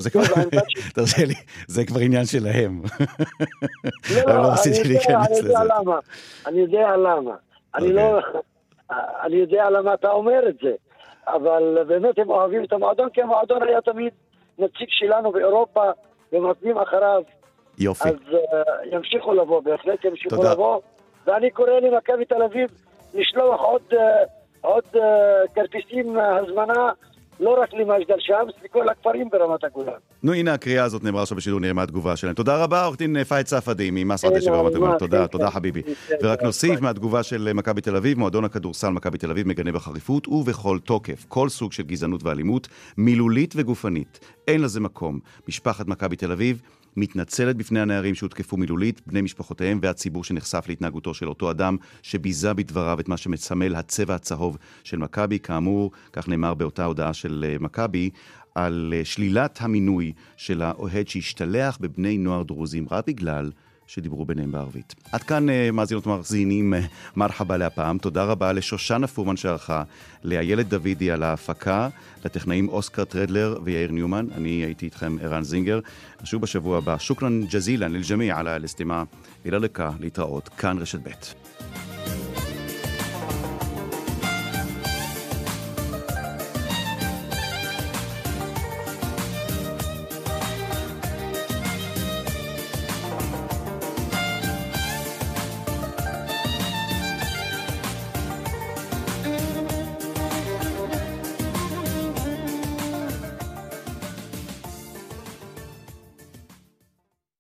זה כבר עניין שלהם. לא, אני יודע למה. אני יודע למה אתה אומר את זה. אבל באמת הם אוהבים את המועדון, כי המועדון היה תמיד נציג שלנו באירופה, ומצביעים אחריו. יופי. אז ימשיכו לבוא, בהחלט ימשיכו לבוא. ואני קורא למכבי תל אביב לשלוח עוד כרטיסים הזמנה, לא רק למג'דל שמס, לכל הכפרים ברמת הגולן. נו, הנה הקריאה הזאת נאמרה עכשיו בשידור, נראה מה התגובה שלהם. תודה רבה, עורך דין פאיד ספדי ממסרדה שברמת הגולן. תודה חביבי. ורק נוסיף מהתגובה של מכבי תל אביב, מועדון הכדורסל מכבי תל אביב מגנה בחריפות ובכל תוקף כל סוג של גזענות ואלימות, מילולית וגופנית. אין לזה מקום. משפחת מכבי תל אביב מתנצלת בפני הנערים שהותקפו מילולית, בני משפחותיהם והציבור שנחשף להתנהגותו של אותו אדם שביזה בדבריו את מה שמסמל הצבע הצהוב של מכבי. כאמור, כך נאמר באותה הודעה של מכבי, על שלילת המינוי של האוהד שהשתלח בבני נוער דרוזים רק בגלל שדיברו ביניהם בערבית. עד כאן מאזינות מאזינים מרחבה להפעם. תודה רבה לשושנה פורמן שערכה, לאיילת דוידי על ההפקה, לטכנאים אוסקר טרדלר ויאיר ניומן. אני הייתי איתכם ערן זינגר. נשוב בשבוע הבא. שוקרן ג'זילן ללג'מיע על ההסתימה. אילה לקה להתראות כאן רשת ב'.